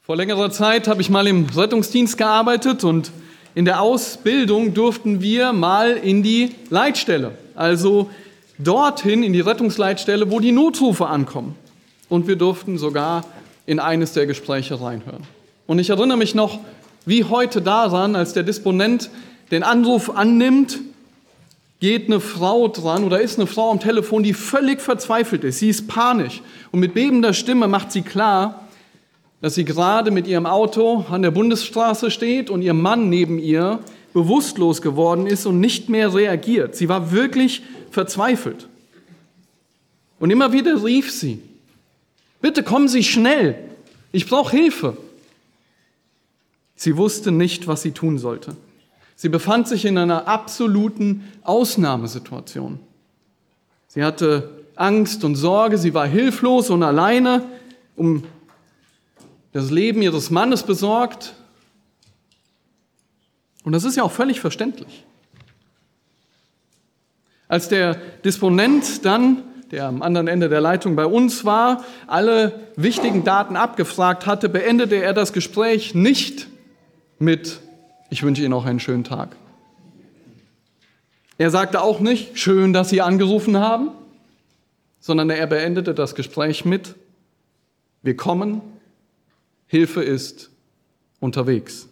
Vor längerer Zeit habe ich mal im Rettungsdienst gearbeitet und in der Ausbildung durften wir mal in die Leitstelle, also dorthin in die Rettungsleitstelle, wo die Notrufe ankommen. Und wir durften sogar in eines der Gespräche reinhören. Und ich erinnere mich noch wie heute daran, als der Disponent den Anruf annimmt, geht eine Frau dran oder ist eine Frau am Telefon, die völlig verzweifelt ist. Sie ist panisch und mit bebender Stimme macht sie klar, dass sie gerade mit ihrem Auto an der Bundesstraße steht und ihr Mann neben ihr bewusstlos geworden ist und nicht mehr reagiert. Sie war wirklich verzweifelt. Und immer wieder rief sie, bitte kommen Sie schnell, ich brauche Hilfe. Sie wusste nicht, was sie tun sollte. Sie befand sich in einer absoluten Ausnahmesituation. Sie hatte Angst und Sorge, sie war hilflos und alleine, um das Leben ihres Mannes besorgt. Und das ist ja auch völlig verständlich. Als der Disponent dann, der am anderen Ende der Leitung bei uns war, alle wichtigen Daten abgefragt hatte, beendete er das Gespräch nicht mit „Ich wünsche Ihnen noch einen schönen Tag". Er sagte auch nicht „Schön, dass Sie angerufen haben", sondern er beendete das Gespräch mit „Wir kommen, Hilfe ist unterwegs".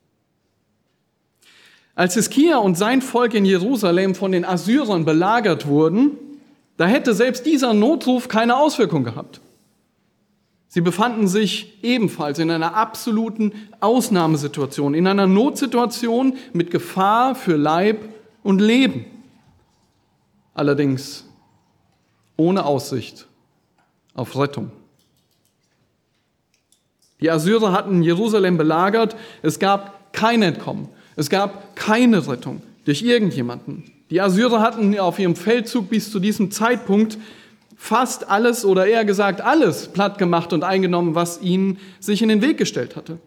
Als Hiskia und sein Volk in Jerusalem von den Assyrern belagert wurden, da hätte selbst dieser Notruf keine Auswirkung gehabt. Sie befanden sich ebenfalls in einer absoluten Ausnahmesituation, in einer Notsituation mit Gefahr für Leib und Leben. Allerdings ohne Aussicht auf Rettung. Die Assyrer hatten Jerusalem belagert, es gab kein Entkommen, es gab keine Rettung durch irgendjemanden. Die Assyrer hatten auf ihrem Feldzug bis zu diesem Zeitpunkt fast alles oder eher gesagt alles platt gemacht und eingenommen, was ihnen sich in den Weg gestellt hatte.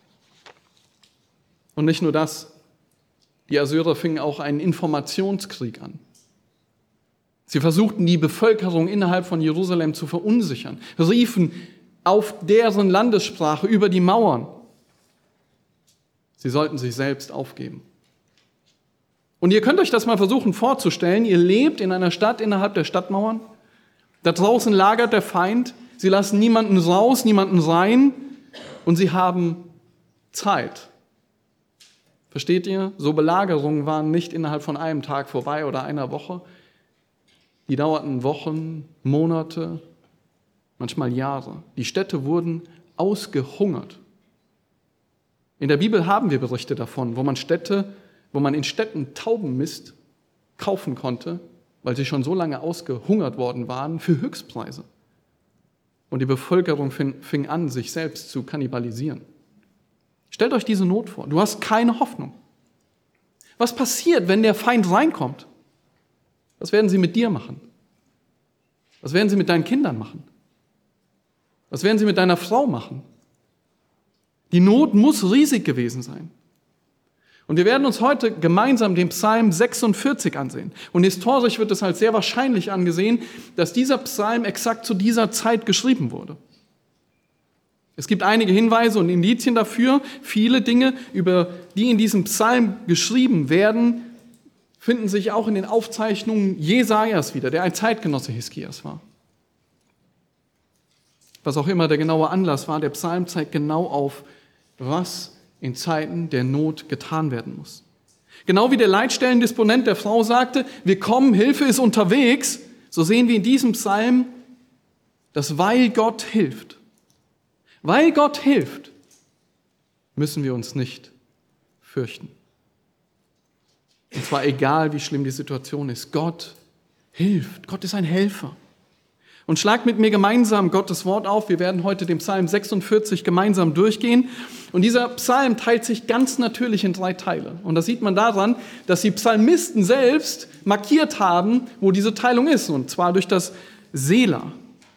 Und nicht nur das, die Assyrer fingen auch einen Informationskrieg an. Sie versuchten, die Bevölkerung innerhalb von Jerusalem zu verunsichern, riefen auf deren Landessprache über die Mauern. Sie sollten sich selbst aufgeben. Und ihr könnt euch das mal versuchen vorzustellen, ihr lebt in einer Stadt innerhalb der Stadtmauern, da draußen lagert der Feind, sie lassen niemanden raus, niemanden rein und sie haben Zeit. Versteht ihr? So Belagerungen waren nicht innerhalb von einem Tag vorbei oder einer Woche. Die dauerten Wochen, Monate, manchmal Jahre. Die Städte wurden ausgehungert. In der Bibel haben wir Berichte davon, wo man in Städten Taubenmist kaufen konnte, weil sie schon so lange ausgehungert worden waren, für Höchstpreise. Und die Bevölkerung fing an, sich selbst zu kannibalisieren. Stellt euch diese Not vor. Du hast keine Hoffnung. Was passiert, wenn der Feind reinkommt? Was werden sie mit dir machen? Was werden sie mit deinen Kindern machen? Was werden sie mit deiner Frau machen? Die Not muss riesig gewesen sein. Und wir werden uns heute gemeinsam den Psalm 46 ansehen. Und historisch wird es als sehr wahrscheinlich angesehen, dass dieser Psalm exakt zu dieser Zeit geschrieben wurde. Es gibt einige Hinweise und Indizien dafür. Viele Dinge, über die in diesem Psalm geschrieben werden, finden sich auch in den Aufzeichnungen Jesajas wieder, der ein Zeitgenosse Hiskias war. Was auch immer der genaue Anlass war, der Psalm zeigt genau auf, was in Zeiten der Not getan werden muss. Genau wie der Leitstellendisponent der Frau sagte, wir kommen, Hilfe ist unterwegs, so sehen wir in diesem Psalm, dass weil Gott hilft, müssen wir uns nicht fürchten. Und zwar egal, wie schlimm die Situation ist. Gott hilft. Gott ist ein Helfer. Und schlagt mit mir gemeinsam Gottes Wort auf. Wir werden heute den Psalm 46 gemeinsam durchgehen. Und dieser Psalm teilt sich ganz natürlich in 3 Teile. Und das sieht man daran, dass die Psalmisten selbst markiert haben, wo diese Teilung ist. Und zwar durch das Selah.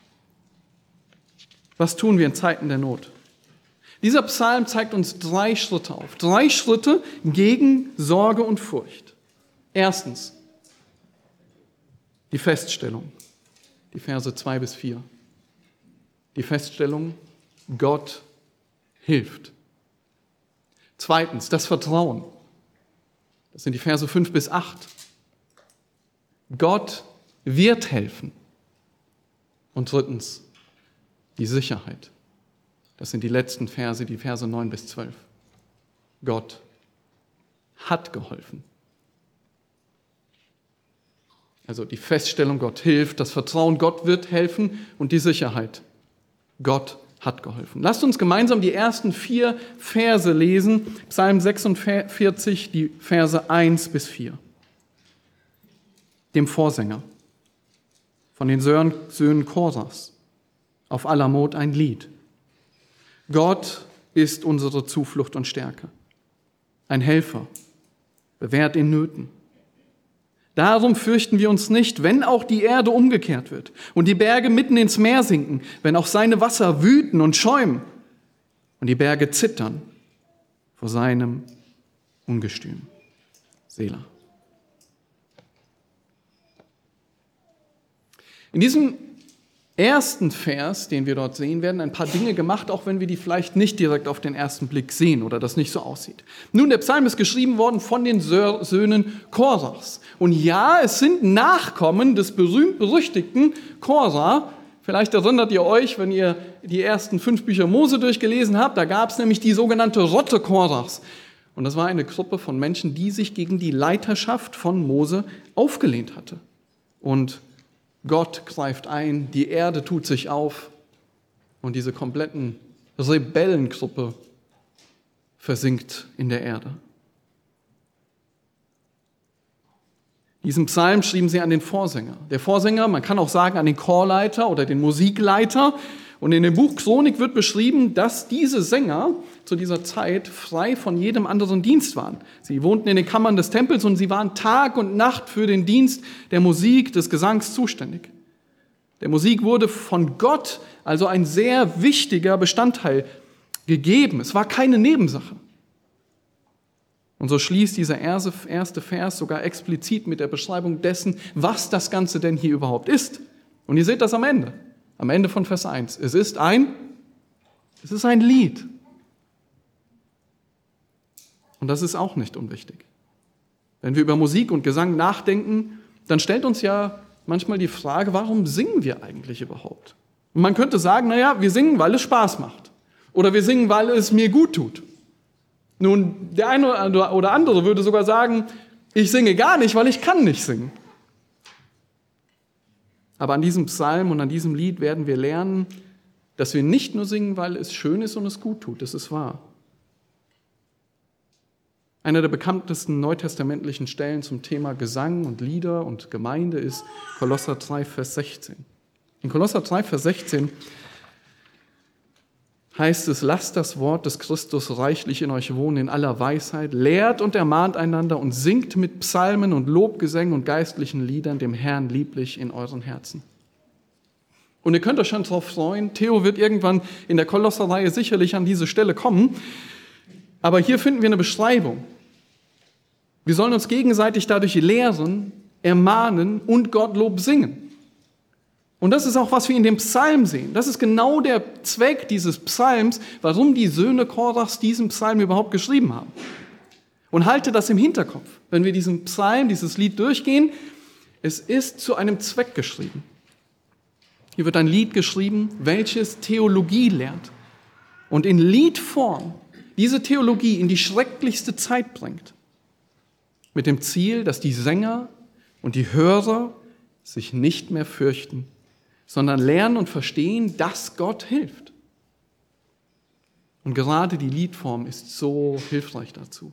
Was tun wir in Zeiten der Not? Dieser Psalm zeigt uns 3 Schritte auf. 3 Schritte gegen Sorge und Furcht. Erstens, die Feststellung. Die Verse 2 bis 4. Die Feststellung, Gott hilft. Zweitens, das Vertrauen. Das sind die Verse 5 bis 8. Gott wird helfen. Und drittens, die Sicherheit. Das sind die letzten Verse, die Verse 9 bis 12. Gott hat geholfen. Also die Feststellung, Gott hilft, das Vertrauen, Gott wird helfen und die Sicherheit. Gott hat geholfen. Lasst uns gemeinsam die ersten 4 Verse lesen. Psalm 46, die Verse 1 bis 4. Dem Vorsänger von den Söhnen Korahs auf Alamot ein Lied. Gott ist unsere Zuflucht und Stärke, ein Helfer, bewährt in Nöten. Darum fürchten wir uns nicht, wenn auch die Erde umgekehrt wird und die Berge mitten ins Meer sinken, wenn auch seine Wasser wüten und schäumen und die Berge zittern vor seinem Ungestüm. Selah. In diesem ersten Vers, den wir dort sehen, werden ein paar Dinge gemacht, auch wenn wir die vielleicht nicht direkt auf den ersten Blick sehen oder das nicht so aussieht. Nun, der Psalm ist geschrieben worden von den Söhnen Korahs. Und ja, es sind Nachkommen des berühmt-berüchtigten Korah. Vielleicht erinnert ihr euch, wenn ihr die ersten 5 Bücher Mose durchgelesen habt, da gab es nämlich die sogenannte Rotte Korahs. Und das war eine Gruppe von Menschen, die sich gegen die Leiterschaft von Mose aufgelehnt hatte. Und Gott greift ein, die Erde tut sich auf und diese kompletten Rebellengruppe versinkt in der Erde. Diesen Psalm schrieben sie an den Vorsänger. Der Vorsänger, man kann auch sagen an den Chorleiter oder den Musikleiter. Und in dem Buch Chronik wird beschrieben, dass diese Sänger zu dieser Zeit frei von jedem anderen Dienst waren. Sie wohnten in den Kammern des Tempels und sie waren Tag und Nacht für den Dienst der Musik, des Gesangs zuständig. Der Musik wurde von Gott also ein sehr wichtiger Bestandteil gegeben. Es war keine Nebensache. Und so schließt dieser erste Vers sogar explizit mit der Beschreibung dessen, was das Ganze denn hier überhaupt ist. Und ihr seht das am Ende von Vers 1. Es ist ein Lied. Und das ist auch nicht unwichtig. Wenn wir über Musik und Gesang nachdenken, dann stellt uns ja manchmal die Frage, warum singen wir eigentlich überhaupt? Und man könnte sagen, wir singen, weil es Spaß macht. Oder wir singen, weil es mir gut tut. Nun, der eine oder andere würde sogar sagen, ich singe gar nicht, weil ich kann nicht singen. Aber an diesem Psalm und an diesem Lied werden wir lernen, dass wir nicht nur singen, weil es schön ist und es gut tut. Das ist wahr. Einer der bekanntesten neutestamentlichen Stellen zum Thema Gesang und Lieder und Gemeinde ist Kolosser 3, Vers 16. In Kolosser 3, Vers 16 heißt es, lasst das Wort des Christus reichlich in euch wohnen in aller Weisheit, lehrt und ermahnt einander und singt mit Psalmen und Lobgesängen und geistlichen Liedern dem Herrn lieblich in euren Herzen. Und ihr könnt euch schon darauf freuen, Theo wird irgendwann in der Kolosserreihe sicherlich an diese Stelle kommen, aber hier finden wir eine Beschreibung. Wir sollen uns gegenseitig dadurch lehren, ermahnen und Gottlob singen. Und das ist auch, was wir in dem Psalm sehen. Das ist genau der Zweck dieses Psalms, warum die Söhne Korachs diesen Psalm überhaupt geschrieben haben. Und halte das im Hinterkopf, wenn wir diesen Psalm, dieses Lied durchgehen. Es ist zu einem Zweck geschrieben. Hier wird ein Lied geschrieben, welches Theologie lehrt und in Liedform diese Theologie in die schrecklichste Zeit bringt. Mit dem Ziel, dass die Sänger und die Hörer sich nicht mehr fürchten, sondern lernen und verstehen, dass Gott hilft. Und gerade die Liedform ist so hilfreich dazu.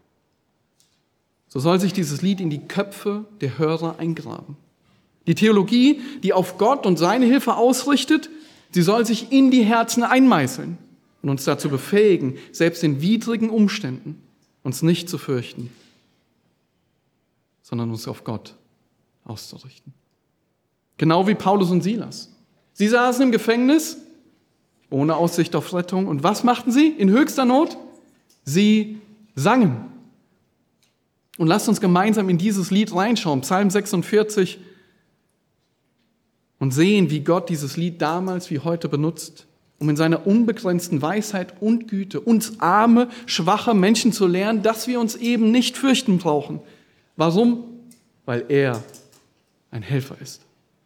So soll sich dieses Lied in die Köpfe der Hörer eingraben. Die Theologie, die auf Gott und seine Hilfe ausrichtet, sie soll sich in die Herzen einmeißeln und uns dazu befähigen, selbst in widrigen Umständen uns nicht zu fürchten, sondern uns auf Gott auszurichten. Genau wie Paulus und Silas. Sie saßen im Gefängnis, ohne Aussicht auf Rettung. Und was machten sie in höchster Not? Sie sangen. Und lasst uns gemeinsam in dieses Lied reinschauen, Psalm 46, und sehen, wie Gott dieses Lied damals wie heute benutzt, um in seiner unbegrenzten Weisheit und Güte uns arme, schwache Menschen zu lehren, dass wir uns eben nicht fürchten brauchen. Warum? Weil er ein Helfer ist.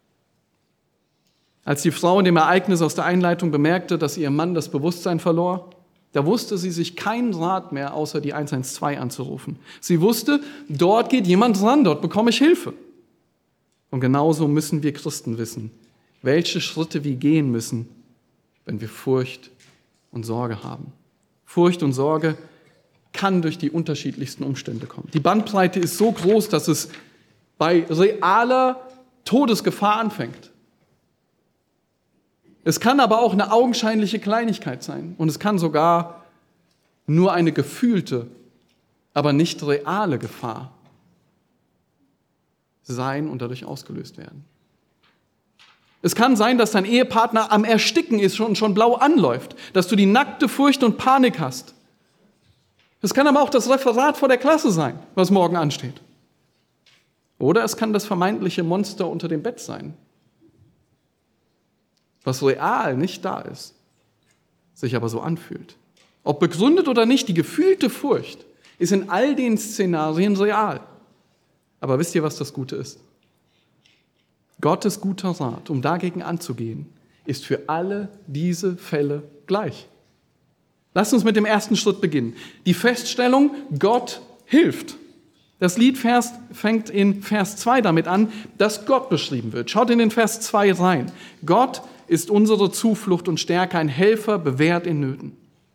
Als die Frau in dem Ereignis aus der Einleitung bemerkte, dass ihr Mann das Bewusstsein verlor, da wusste sie sich keinen Rat mehr, außer die 112 anzurufen. Sie wusste, dort geht jemand ran, dort bekomme ich Hilfe. Und genauso müssen wir Christen wissen, welche Schritte wir gehen müssen, wenn wir Furcht und Sorge haben. Furcht und Sorge kann durch die unterschiedlichsten Umstände kommen. Die Bandbreite ist so groß, dass es bei realer Todesgefahr anfängt. Es kann aber auch eine augenscheinliche Kleinigkeit sein und es kann sogar nur eine gefühlte, aber nicht reale Gefahr sein und dadurch ausgelöst werden. Es kann sein, dass dein Ehepartner am Ersticken ist und schon blau anläuft, dass du die nackte Furcht und Panik hast. Es kann aber auch das Referat vor der Klasse sein, was morgen ansteht. Oder es kann das vermeintliche Monster unter dem Bett sein, was real nicht da ist, sich aber so anfühlt. Ob begründet oder nicht, die gefühlte Furcht ist in all den Szenarien real. Aber wisst ihr, was das Gute ist? Gottes guter Rat, um dagegen anzugehen, ist für alle diese Fälle gleich. Lasst uns mit dem ersten Schritt beginnen. Die Feststellung, Gott hilft. Das Liedvers fängt in Vers 2 damit an, dass Gott beschrieben wird. Schaut in den Vers 2 rein. Gott ist unsere Zuflucht und Stärke, ein Helfer, bewährt in Nöten.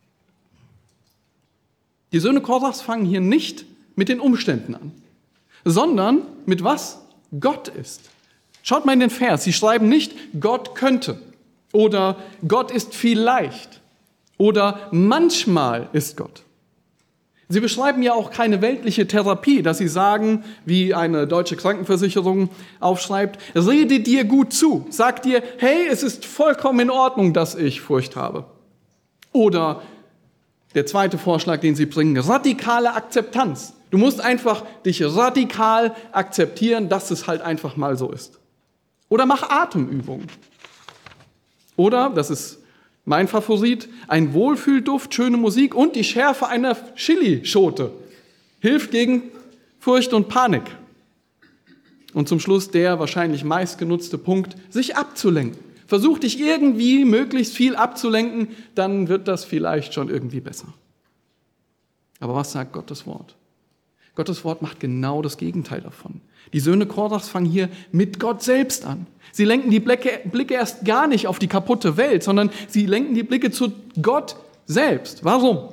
Die Söhne Korachs fangen hier nicht mit den Umständen an, sondern mit was Gott ist. Schaut mal in den Vers. Sie schreiben nicht, Gott könnte oder Gott ist vielleicht oder manchmal ist Gott. Sie beschreiben ja auch keine weltliche Therapie, dass sie sagen, wie eine deutsche Krankenversicherung aufschreibt, rede dir gut zu, sag dir, hey, es ist vollkommen in Ordnung, dass ich Furcht habe. Oder der zweite Vorschlag, den sie bringen, radikale Akzeptanz. Du musst einfach dich radikal akzeptieren, dass es halt einfach mal so ist. Oder mach Atemübungen. Oder, das ist mein Favorit, ein Wohlfühlduft, schöne Musik und die Schärfe einer Chilischote hilft gegen Furcht und Panik. Und zum Schluss der wahrscheinlich meistgenutzte Punkt, sich abzulenken. Versuch dich irgendwie möglichst viel abzulenken, dann wird das vielleicht schon irgendwie besser. Aber was sagt Gottes Wort? Gottes Wort macht genau das Gegenteil davon. Die Söhne Korachs fangen hier mit Gott selbst an. Sie lenken die Blicke erst gar nicht auf die kaputte Welt, sondern sie lenken die Blicke zu Gott selbst. Warum?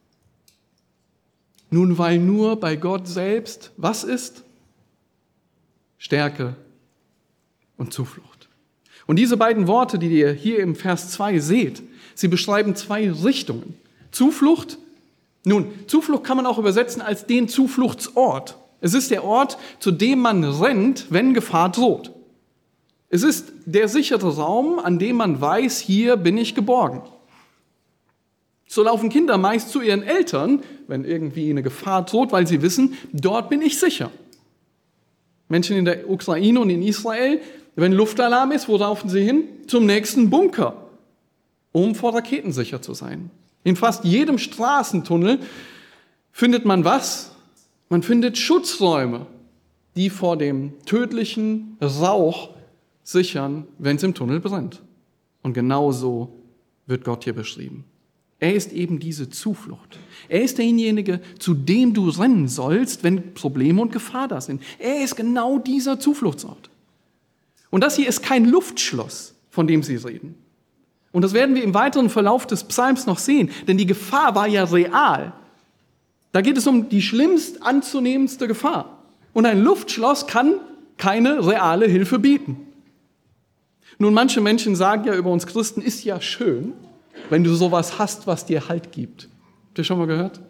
Nun, weil nur bei Gott selbst was ist? Stärke und Zuflucht. Und diese beiden Worte, die ihr hier im Vers 2 seht, sie beschreiben zwei Richtungen. Zuflucht. Nun, Zuflucht kann man auch übersetzen als den Zufluchtsort. Es ist der Ort, zu dem man rennt, wenn Gefahr droht. Es ist der sichere Raum, an dem man weiß, hier bin ich geborgen. So laufen Kinder meist zu ihren Eltern, wenn irgendwie eine Gefahr droht, weil sie wissen, dort bin ich sicher. Menschen in der Ukraine und in Israel, wenn Luftalarm ist, wo laufen sie hin? Zum nächsten Bunker, um vor Raketen sicher zu sein. In fast jedem Straßentunnel findet man was? Man findet Schutzräume, die vor dem tödlichen Rauch sichern, wenn es im Tunnel brennt. Und genau so wird Gott hier beschrieben. Er ist eben diese Zuflucht. Er ist derjenige, zu dem du rennen sollst, wenn Probleme und Gefahr da sind. Er ist genau dieser Zufluchtsort. Und das hier ist kein Luftschloss, von dem sie reden. Und das werden wir im weiteren Verlauf des Psalms noch sehen, denn die Gefahr war ja real. Da geht es um die schlimmst anzunehmendste Gefahr. Und ein Luftschloss kann keine reale Hilfe bieten. Nun, manche Menschen sagen ja über uns Christen, ist ja schön, wenn du sowas hast, was dir Halt gibt. Habt ihr schon mal gehört?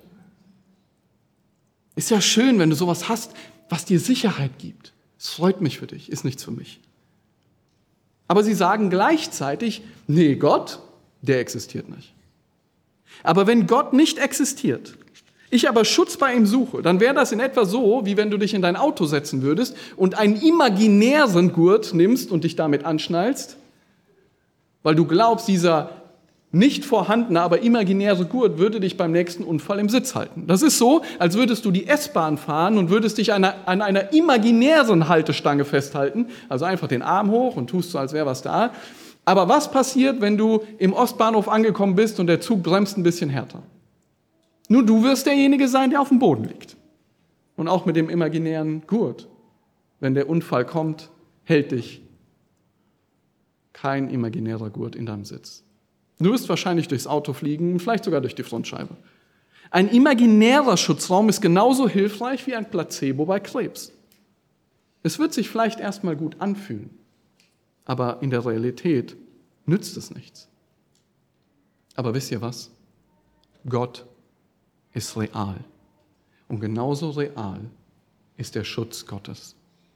Ist ja schön, wenn du sowas hast, was dir Sicherheit gibt. Es freut mich für dich, ist nichts für mich. Aber sie sagen gleichzeitig, nee, Gott, der existiert nicht. Aber wenn Gott nicht existiert, ich aber Schutz bei ihm suche, dann wäre das in etwa so, wie wenn du dich in dein Auto setzen würdest und einen imaginären Gurt nimmst und dich damit anschnallst, weil du glaubst, dieser nicht vorhandene, aber imaginäre Gurt würde dich beim nächsten Unfall im Sitz halten. Das ist so, als würdest du die S-Bahn fahren und würdest dich an einer imaginären Haltestange festhalten, also einfach den Arm hoch und tust so, als wäre was da. Aber was passiert, wenn du im Ostbahnhof angekommen bist und der Zug bremst ein bisschen härter? Nur du wirst derjenige sein, der auf dem Boden liegt. Und auch mit dem imaginären Gurt. Wenn der Unfall kommt, hält dich kein imaginärer Gurt in deinem Sitz. Du wirst wahrscheinlich durchs Auto fliegen, vielleicht sogar durch die Frontscheibe. Ein imaginärer Schutzraum ist genauso hilfreich wie ein Placebo bei Krebs. Es wird sich vielleicht erstmal gut anfühlen, aber in der Realität nützt es nichts. Aber wisst ihr was? Gott ist real. Und genauso real ist der Schutz Gottes.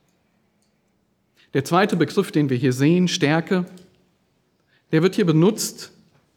Der zweite Begriff, den wir hier sehen, Stärke, der wird hier benutzt,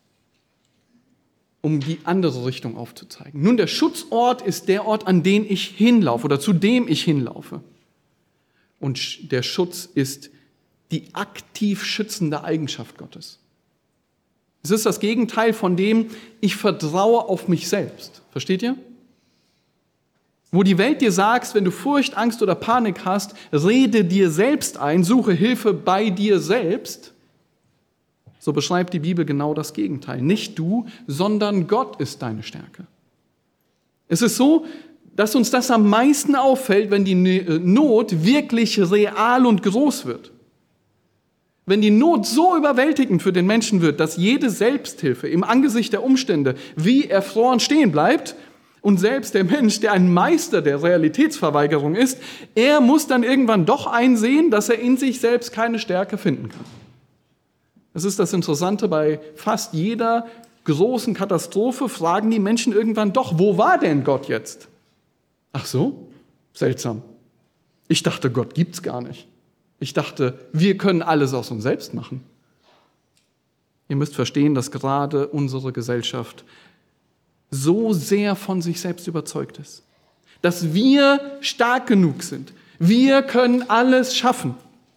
um die andere Richtung aufzuzeigen. Nun, der Schutzort ist der Ort, an den ich hinlaufe oder zu dem ich hinlaufe. Und der Schutz ist die aktiv schützende Eigenschaft Gottes. Es ist das Gegenteil von dem, ich vertraue auf mich selbst. Versteht ihr? Wo die Welt dir sagt, wenn du Furcht, Angst oder Panik hast, rede dir selbst ein, suche Hilfe bei dir selbst. So beschreibt die Bibel genau das Gegenteil. Nicht du, sondern Gott ist deine Stärke. Es ist so, dass uns das am meisten auffällt, wenn die Not wirklich real und groß wird. Wenn die Not so überwältigend für den Menschen wird, dass jede Selbsthilfe im Angesicht der Umstände wie erfroren stehen bleibt und selbst der Mensch, der ein Meister der Realitätsverweigerung ist, er muss dann irgendwann doch einsehen, dass er in sich selbst keine Stärke finden kann. Das ist das Interessante, bei fast jeder großen Katastrophe fragen die Menschen irgendwann doch, wo war denn Gott jetzt? Ach so, seltsam. Ich dachte, Gott gibt's gar nicht. Ich dachte, wir können alles aus uns selbst machen. Ihr müsst verstehen, dass gerade unsere Gesellschaft so sehr von sich selbst überzeugt ist, dass wir stark genug sind. Wir können alles schaffen.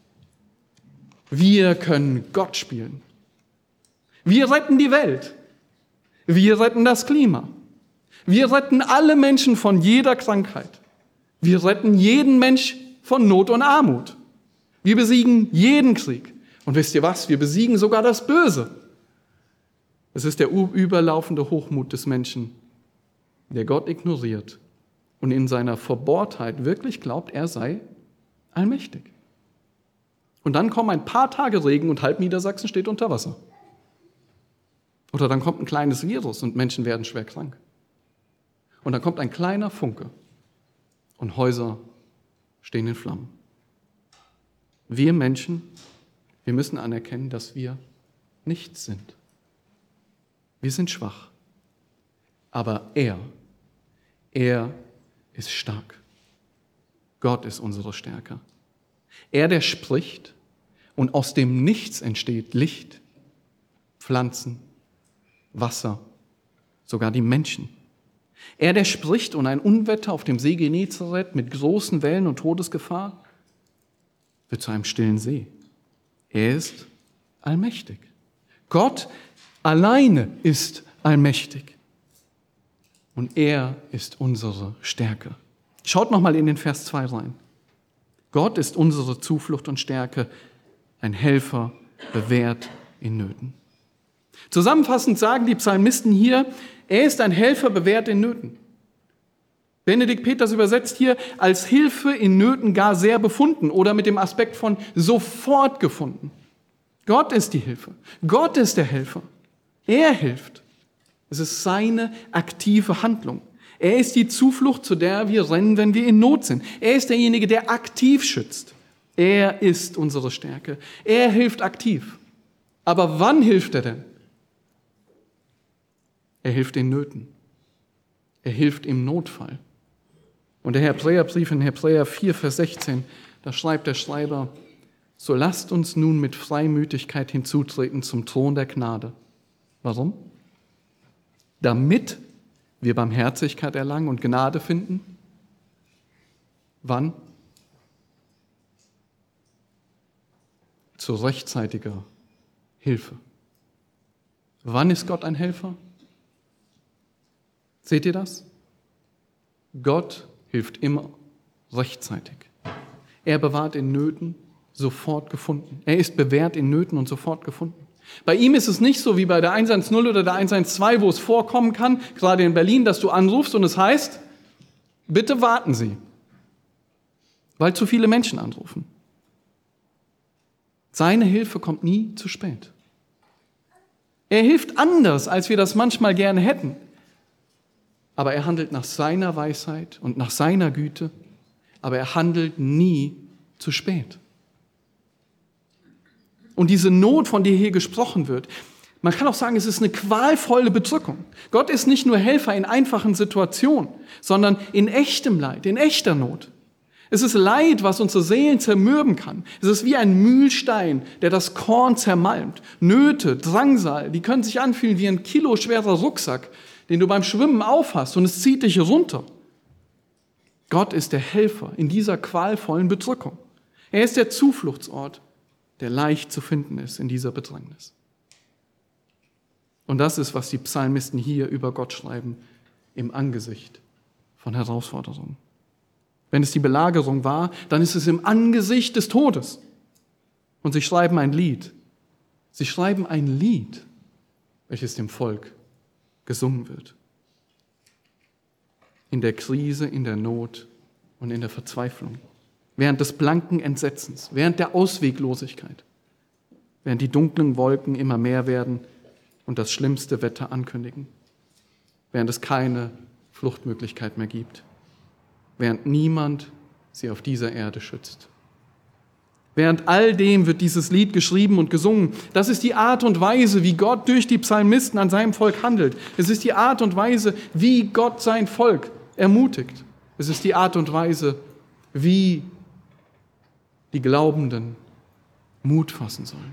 Wir können Gott spielen. Wir retten die Welt. Wir retten das Klima. Wir retten alle Menschen von jeder Krankheit. Wir retten jeden Mensch von Not und Armut. Wir besiegen jeden Krieg. Und wisst ihr was? Wir besiegen sogar das Böse. Es ist der überlaufende Hochmut des Menschen, der Gott ignoriert und in seiner Verbohrtheit wirklich glaubt, er sei allmächtig. Und dann kommen ein paar Tage Regen und halb Niedersachsen steht unter Wasser. Oder dann kommt ein kleines Virus und Menschen werden schwer krank. Und dann kommt ein kleiner Funke und Häuser stehen in Flammen. Wir Menschen, wir müssen anerkennen, dass wir nichts sind. Wir sind schwach. Aber er ist stark. Gott ist unsere Stärke. Er, der spricht und aus dem Nichts entsteht Licht, Pflanzen, Wasser, sogar die Menschen. Er, der spricht und ein Unwetter auf dem See Genezareth mit großen Wellen und Todesgefahr wird zu einem stillen See. Er ist allmächtig. Gott alleine ist allmächtig. Und er ist unsere Stärke. Schaut nochmal in den Vers 2 rein. Gott ist unsere Zuflucht und Stärke, ein Helfer, bewährt in Nöten. Zusammenfassend sagen die Psalmisten hier, er ist ein Helfer, bewährt in Nöten. Benedikt Peters übersetzt hier als Hilfe in Nöten gar sehr befunden oder mit dem Aspekt von sofort gefunden. Gott ist die Hilfe. Gott ist der Helfer. Er hilft. Es ist seine aktive Handlung. Er ist die Zuflucht, zu der wir rennen, wenn wir in Not sind. Er ist derjenige, der aktiv schützt. Er ist unsere Stärke. Er hilft aktiv. Aber wann hilft er denn? Er hilft in Nöten. Er hilft im Notfall. Und der Hebräerbrief in Hebräer 4, Vers 16, da schreibt der Schreiber, so lasst uns nun mit Freimütigkeit hinzutreten zum Thron der Gnade. Warum? Damit wir Barmherzigkeit erlangen und Gnade finden. Wann? Zu rechtzeitiger Hilfe. Wann ist Gott ein Helfer? Seht ihr das? Gott hilft immer rechtzeitig. Er bewahrt in Nöten, sofort gefunden. Er ist bewährt in Nöten und sofort gefunden. Bei ihm ist es nicht so wie bei der 110 oder der 112, wo es vorkommen kann, gerade in Berlin, dass du anrufst und es heißt, bitte warten Sie, weil zu viele Menschen anrufen. Seine Hilfe kommt nie zu spät. Er hilft anders, als wir das manchmal gerne hätten. Aber er handelt nach seiner Weisheit und nach seiner Güte, aber er handelt nie zu spät. Und diese Not, von der hier gesprochen wird, man kann auch sagen, es ist eine qualvolle Bedrückung. Gott ist nicht nur Helfer in einfachen Situationen, sondern in echtem Leid, in echter Not. Es ist Leid, was unsere Seelen zermürben kann. Es ist wie ein Mühlstein, der das Korn zermalmt. Nöte, Drangsal, die können sich anfühlen wie ein kiloschwerer Rucksack, den du beim Schwimmen aufhast und es zieht dich runter. Gott ist der Helfer in dieser qualvollen Bedrückung. Er ist der Zufluchtsort, der leicht zu finden ist in dieser Bedrängnis. Und das ist, was die Psalmisten hier über Gott schreiben, im Angesicht von Herausforderungen. Wenn es die Belagerung war, dann ist es im Angesicht des Todes. Und sie schreiben ein Lied. Sie schreiben ein Lied, welches dem Volk gesungen wird. In der Krise, in der Not und in der Verzweiflung. Während des blanken Entsetzens, während der Ausweglosigkeit, während die dunklen Wolken immer mehr werden und das schlimmste Wetter ankündigen, während es keine Fluchtmöglichkeit mehr gibt, während niemand sie auf dieser Erde schützt. Während all dem wird dieses Lied geschrieben und gesungen. Das ist die Art und Weise, wie Gott durch die Psalmisten an seinem Volk handelt. Es ist die Art und Weise, wie Gott sein Volk ermutigt. Es ist die Art und Weise, wie die Glaubenden Mut fassen sollen.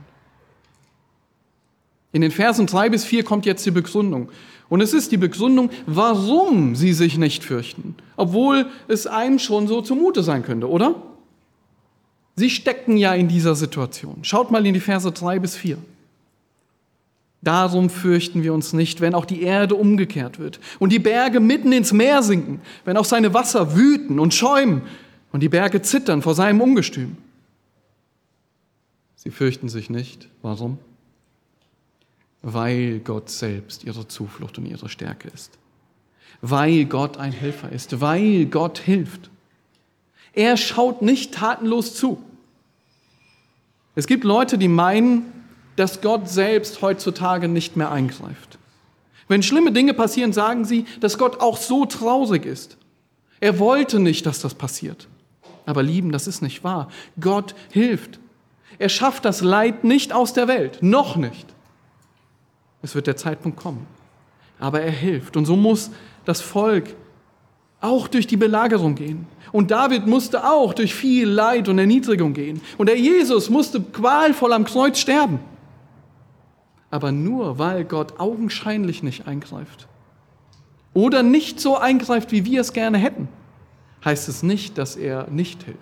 In den Versen 3 bis 4 kommt jetzt die Begründung. Und es ist die Begründung, warum sie sich nicht fürchten, obwohl es einem schon so zumute sein könnte, oder? Sie stecken ja in dieser Situation. Schaut mal in die Verse 3 bis 4. Darum fürchten wir uns nicht, wenn auch die Erde umgekehrt wird und die Berge mitten ins Meer sinken, wenn auch seine Wasser wüten und schäumen und die Berge zittern vor seinem Ungestüm. Sie fürchten sich nicht. Warum? Weil Gott selbst ihre Zuflucht und ihre Stärke ist. Weil Gott ein Helfer ist. Weil Gott hilft. Er schaut nicht tatenlos zu. Es gibt Leute, die meinen, dass Gott selbst heutzutage nicht mehr eingreift. Wenn schlimme Dinge passieren, sagen sie, dass Gott auch so traurig ist. Er wollte nicht, dass das passiert. Aber Lieben, das ist nicht wahr. Gott hilft. Er schafft das Leid nicht aus der Welt. Noch nicht. Es wird der Zeitpunkt kommen. Aber er hilft. Und so muss das Volk auch durch die Belagerung gehen. Und David musste auch durch viel Leid und Erniedrigung gehen. Und der Jesus musste qualvoll am Kreuz sterben. Aber nur weil Gott augenscheinlich nicht eingreift oder nicht so eingreift, wie wir es gerne hätten, heißt es nicht, dass er nicht hilft.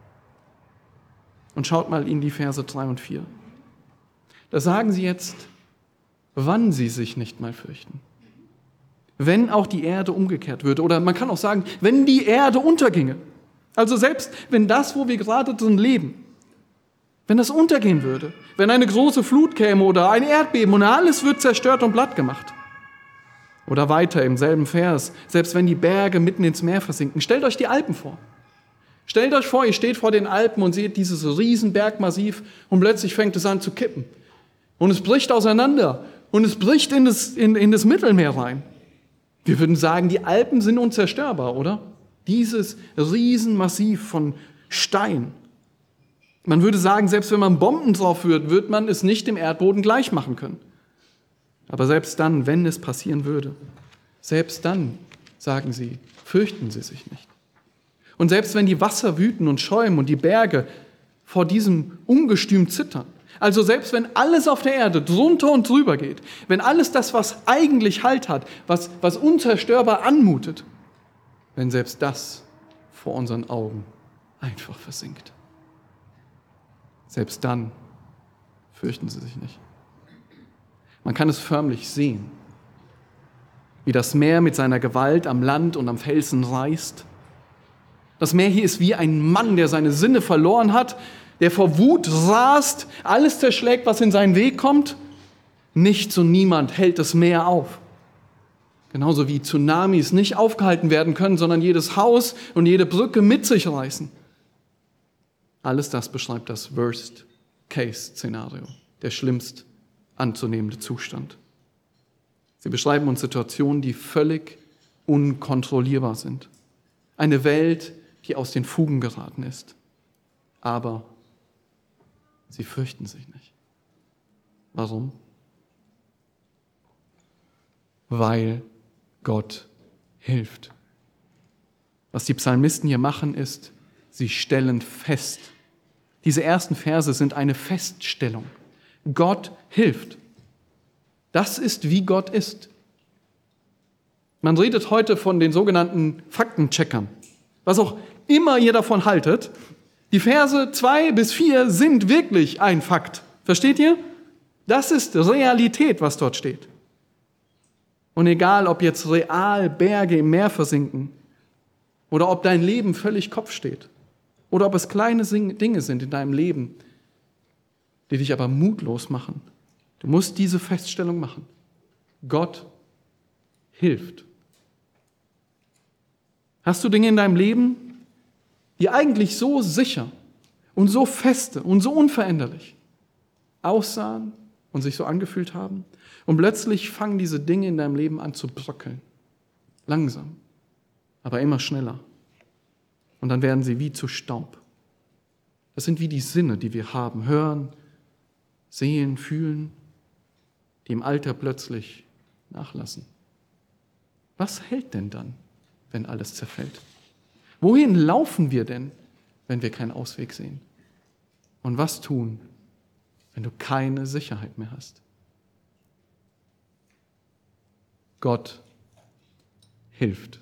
Und schaut mal in die Verse 3 und 4. Da sagen sie jetzt, wann sie sich nicht mal fürchten. Wenn auch die Erde umgekehrt würde. Oder man kann auch sagen, wenn die Erde unterginge. Also selbst wenn das, wo wir gerade drin leben, wenn das untergehen würde, wenn eine große Flut käme oder ein Erdbeben und alles wird zerstört und platt gemacht. Oder weiter im selben Vers, selbst wenn die Berge mitten ins Meer versinken. Stellt euch die Alpen vor. Stellt euch vor, ihr steht vor den Alpen und seht dieses Riesenbergmassiv und plötzlich fängt es an zu kippen. Und es bricht auseinander und es bricht in das Mittelmeer rein. Wir würden sagen, die Alpen sind unzerstörbar, oder? Dieses Riesenmassiv von Stein. Man würde sagen, selbst wenn man Bomben drauf führt, wird man es nicht dem Erdboden gleich machen können. Aber selbst dann, wenn es passieren würde, selbst dann, sagen sie, fürchten sie sich nicht. Und selbst wenn die Wasser wüten und schäumen und die Berge vor diesem Ungestüm zittern, also selbst wenn alles auf der Erde drunter und drüber geht, wenn alles das, was eigentlich Halt hat, was unzerstörbar anmutet, wenn selbst das vor unseren Augen einfach versinkt. Selbst dann fürchten sie sich nicht. Man kann es förmlich sehen, wie das Meer mit seiner Gewalt am Land und am Felsen reißt. Das Meer hier ist wie ein Mann, der seine Sinne verloren hat, der vor Wut rast, alles zerschlägt, was in seinen Weg kommt. Nichts und niemand hält das Meer auf. Genauso wie Tsunamis nicht aufgehalten werden können, sondern jedes Haus und jede Brücke mit sich reißen. Alles das beschreibt das Worst-Case-Szenario, der schlimmst anzunehmende Zustand. Sie beschreiben uns Situationen, die völlig unkontrollierbar sind. Eine Welt, die aus den Fugen geraten ist. Aber sie fürchten sich nicht. Warum? Weil Gott hilft. Was die Psalmisten hier machen, ist, sie stellen fest. Diese ersten Verse sind eine Feststellung. Gott hilft. Das ist, wie Gott ist. Man redet heute von den sogenannten Faktencheckern. Was auch immer ihr davon haltet, die Verse 2 bis 4 sind wirklich ein Fakt. Versteht ihr? Das ist Realität, was dort steht. Und egal, ob jetzt real Berge im Meer versinken oder ob dein Leben völlig Kopf steht oder ob es kleine Dinge sind in deinem Leben, die dich aber mutlos machen. Du musst diese Feststellung machen. Gott hilft. Hast du Dinge in deinem Leben, die eigentlich so sicher und so feste und so unveränderlich aussahen und sich so angefühlt haben? Und plötzlich fangen diese Dinge in deinem Leben an zu bröckeln. Langsam, aber immer schneller. Und dann werden sie wie zu Staub. Das sind wie die Sinne, die wir haben. Hören, sehen, fühlen, die im Alter plötzlich nachlassen. Was hält denn dann, wenn alles zerfällt? Wohin laufen wir denn, wenn wir keinen Ausweg sehen? Und was tun, wenn du keine Sicherheit mehr hast? Gott hilft.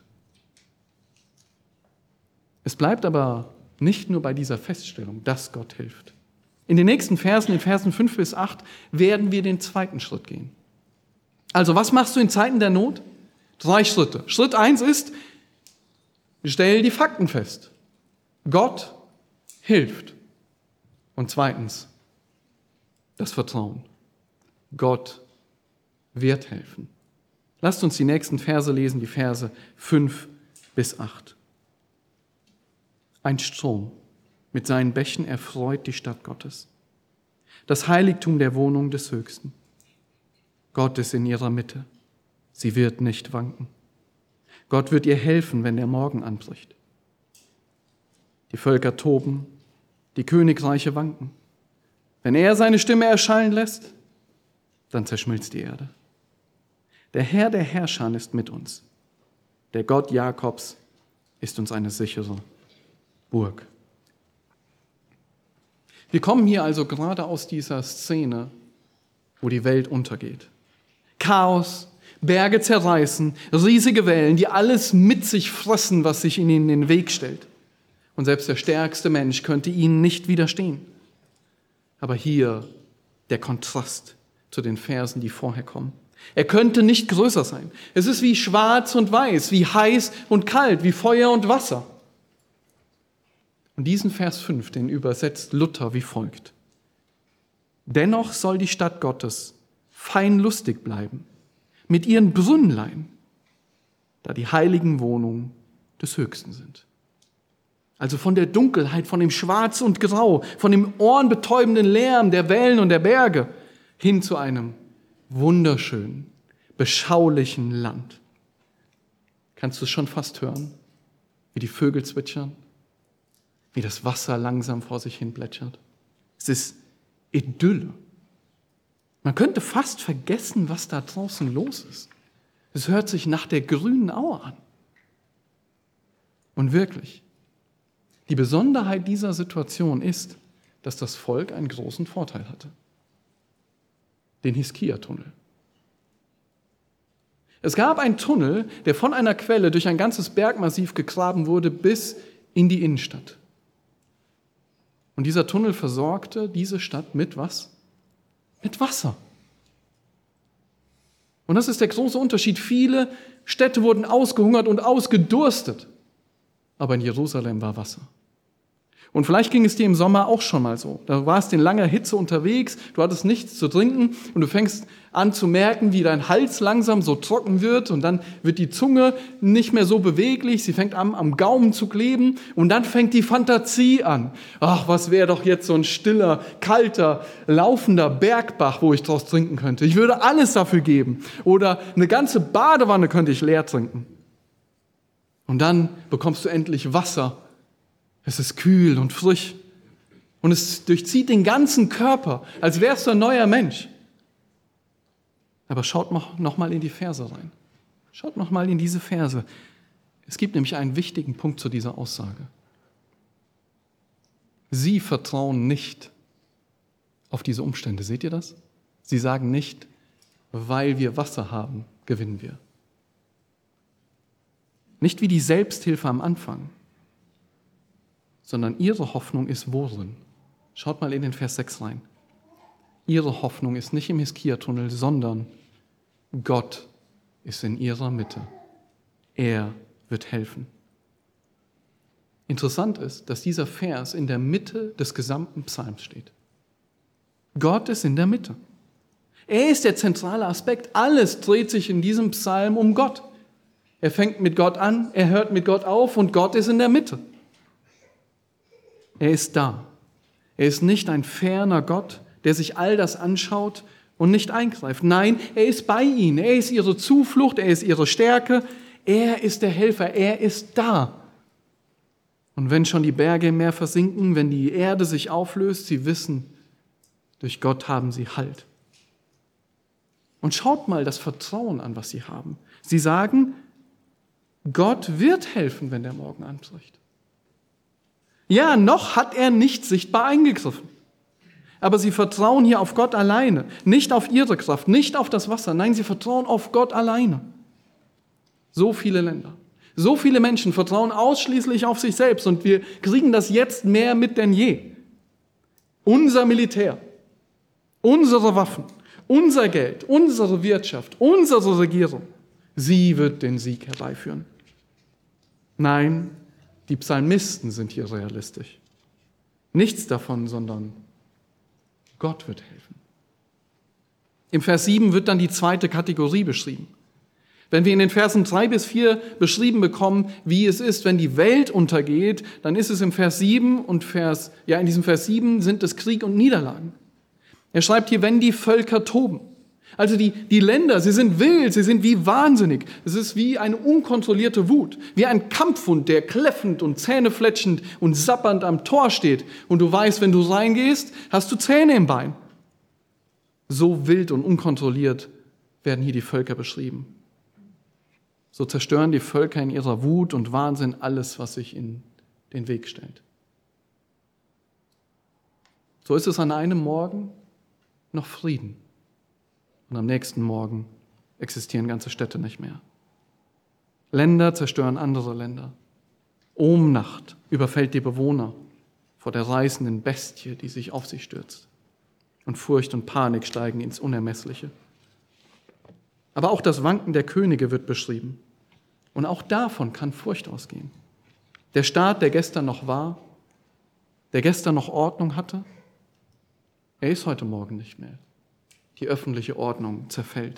Es bleibt aber nicht nur bei dieser Feststellung, dass Gott hilft. In den nächsten Versen, in Versen 5 bis 8, werden wir den zweiten Schritt gehen. Also, was machst du in Zeiten der Not? 3 Schritte. Schritt 1 ist, stell die Fakten fest. Gott hilft. Und zweitens, das Vertrauen. Gott wird helfen. Lasst uns die nächsten Verse lesen, die Verse 5 bis 8. Ein Strom mit seinen Bächen erfreut die Stadt Gottes, das Heiligtum der Wohnung des Höchsten. Gott ist in ihrer Mitte, sie wird nicht wanken. Gott wird ihr helfen, wenn der Morgen anbricht. Die Völker toben, die Königreiche wanken. Wenn er seine Stimme erschallen lässt, dann zerschmilzt die Erde. Der Herr der Herrscher ist mit uns. Der Gott Jakobs ist uns eine sichere Burg. Wir kommen hier also gerade aus dieser Szene, wo die Welt untergeht. Chaos, Berge zerreißen, riesige Wellen, die alles mit sich fressen, was sich ihnen in den Weg stellt. Und selbst der stärkste Mensch könnte ihnen nicht widerstehen. Aber hier der Kontrast zu den Versen, die vorher kommen. Er könnte nicht größer sein. Es ist wie schwarz und weiß, wie heiß und kalt, wie Feuer und Wasser. Und diesen Vers 5, den übersetzt Luther wie folgt. Dennoch soll die Stadt Gottes fein lustig bleiben, mit ihren Brünnlein, da die heiligen Wohnungen des Höchsten sind. Also von der Dunkelheit, von dem Schwarz und Grau, von dem ohrenbetäubenden Lärm der Wellen und der Berge hin zu einem wunderschönen, beschaulichen Land. Kannst du es schon fast hören, wie die Vögel zwitschern, wie das Wasser langsam vor sich hin plätschert? Es ist Idylle. Man könnte fast vergessen, was da draußen los ist. Es hört sich nach der grünen Aue an. Und wirklich, die Besonderheit dieser Situation ist, dass das Volk einen großen Vorteil hatte. Den Hiskia-Tunnel. Es gab einen Tunnel, der von einer Quelle durch ein ganzes Bergmassiv gegraben wurde bis in die Innenstadt. Und dieser Tunnel versorgte diese Stadt mit was? Mit Wasser. Und das ist der große Unterschied. Viele Städte wurden ausgehungert und ausgedurstet. Aber in Jerusalem war Wasser. Und vielleicht ging es dir im Sommer auch schon mal so. Da warst du in langer Hitze unterwegs, du hattest nichts zu trinken und du fängst an zu merken, wie dein Hals langsam so trocken wird und dann wird die Zunge nicht mehr so beweglich, sie fängt an, am Gaumen zu kleben und dann fängt die Fantasie an. Ach, was wäre doch jetzt so ein stiller, kalter, laufender Bergbach, wo ich draus trinken könnte. Ich würde alles dafür geben. Oder eine ganze Badewanne könnte ich leer trinken. Und dann bekommst du endlich Wasser. Es ist kühl und frisch und es durchzieht den ganzen Körper, als wärst du ein neuer Mensch. Aber schaut noch mal in die Verse rein. Schaut noch mal in diese Verse. Es gibt nämlich einen wichtigen Punkt zu dieser Aussage. Sie vertrauen nicht auf diese Umstände. Seht ihr das? Sie sagen nicht, weil wir Wasser haben, gewinnen wir. Nicht wie die Selbsthilfe am Anfang, sondern ihre Hoffnung ist worin? Schaut mal in den Vers 6 rein. Ihre Hoffnung ist nicht im Hiskia-Tunnel, sondern Gott ist in ihrer Mitte. Er wird helfen. Interessant ist, dass dieser Vers in der Mitte des gesamten Psalms steht. Gott ist in der Mitte. Er ist der zentrale Aspekt. Alles dreht sich in diesem Psalm um Gott. Er fängt mit Gott an, er hört mit Gott auf und Gott ist in der Mitte. Er ist da. Er ist nicht ein ferner Gott, der sich all das anschaut und nicht eingreift. Nein, er ist bei ihnen. Er ist ihre Zuflucht, er ist ihre Stärke. Er ist der Helfer, er ist da. Und wenn schon die Berge im Meer versinken, wenn die Erde sich auflöst, sie wissen, durch Gott haben sie Halt. Und schaut mal das Vertrauen an, was sie haben. Sie sagen, Gott wird helfen, wenn der Morgen anbricht. Ja, noch hat er nicht sichtbar eingegriffen. Aber sie vertrauen hier auf Gott alleine, nicht auf ihre Kraft, nicht auf das Wasser. Nein, sie vertrauen auf Gott alleine. So viele Länder, so viele Menschen vertrauen ausschließlich auf sich selbst und wir kriegen das jetzt mehr mit denn je. Unser Militär, unsere Waffen, unser Geld, unsere Wirtschaft, unsere Regierung, sie wird den Sieg herbeiführen. Nein, die Psalmisten sind hier realistisch. Nichts davon, sondern Gott wird helfen. Im Vers 7 wird dann die zweite Kategorie beschrieben. Wenn wir in den Versen 3 bis 4 beschrieben bekommen, wie es ist, wenn die Welt untergeht, dann ist es im Vers 7 und in diesem Vers 7 sind es Krieg und Niederlagen. Er schreibt hier, wenn die Völker toben. Also die Länder, sie sind wild, sie sind wie wahnsinnig. Es ist wie eine unkontrollierte Wut, wie ein Kampfhund, der kläffend und zähnefletschend und sappernd am Tor steht. Und du weißt, wenn du reingehst, hast du Zähne im Bein. So wild und unkontrolliert werden hier die Völker beschrieben. So zerstören die Völker in ihrer Wut und Wahnsinn alles, was sich in den Weg stellt. So ist es an einem Morgen noch Frieden. Und am nächsten Morgen existieren ganze Städte nicht mehr. Länder zerstören andere Länder. Ohnmacht überfällt die Bewohner vor der reißenden Bestie, die sich auf sie stürzt. Und Furcht und Panik steigen ins Unermessliche. Aber auch das Wanken der Könige wird beschrieben. Und auch davon kann Furcht ausgehen. Der Staat, der gestern noch war, der gestern noch Ordnung hatte, er ist heute Morgen nicht mehr. Die öffentliche Ordnung zerfällt.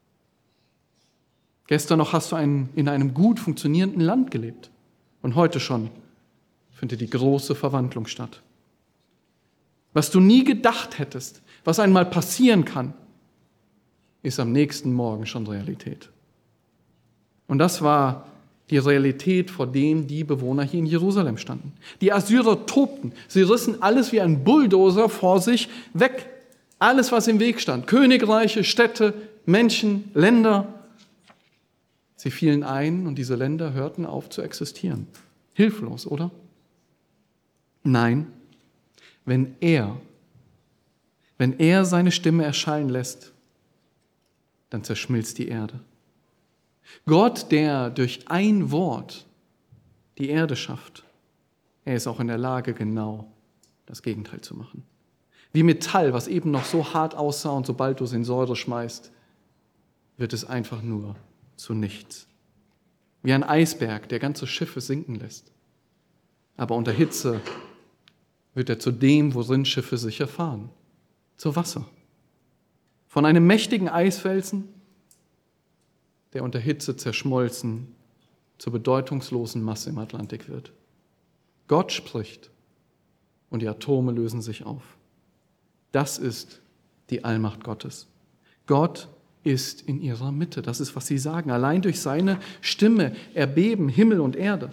Gestern noch hast du in einem gut funktionierenden Land gelebt. Und heute schon findet die große Verwandlung statt. Was du nie gedacht hättest, was einmal passieren kann, ist am nächsten Morgen schon Realität. Und das war die Realität, vor dem die Bewohner hier in Jerusalem standen. Die Assyrer tobten. Sie rissen alles wie ein Bulldozer vor sich weg. Alles, was im Weg stand. Königreiche, Städte, Menschen, Länder. Sie fielen ein und diese Länder hörten auf zu existieren. Hilflos, oder? Nein, wenn er seine Stimme erschallen lässt, dann zerschmilzt die Erde. Gott, der durch ein Wort die Erde schafft, er ist auch in der Lage, genau das Gegenteil zu machen. Wie Metall, was eben noch so hart aussah und sobald du es in Säure schmeißt, wird es einfach nur zu nichts. Wie ein Eisberg, der ganze Schiffe sinken lässt. Aber unter Hitze wird er zu dem, worin Schiffe sicher fahren, zu Wasser. Von einem mächtigen Eisfelsen, der unter Hitze zerschmolzen, zur bedeutungslosen Masse im Atlantik wird. Gott spricht und die Atome lösen sich auf. Das ist die Allmacht Gottes. Gott ist in ihrer Mitte. Das ist, was sie sagen. Allein durch seine Stimme erbeben Himmel und Erde.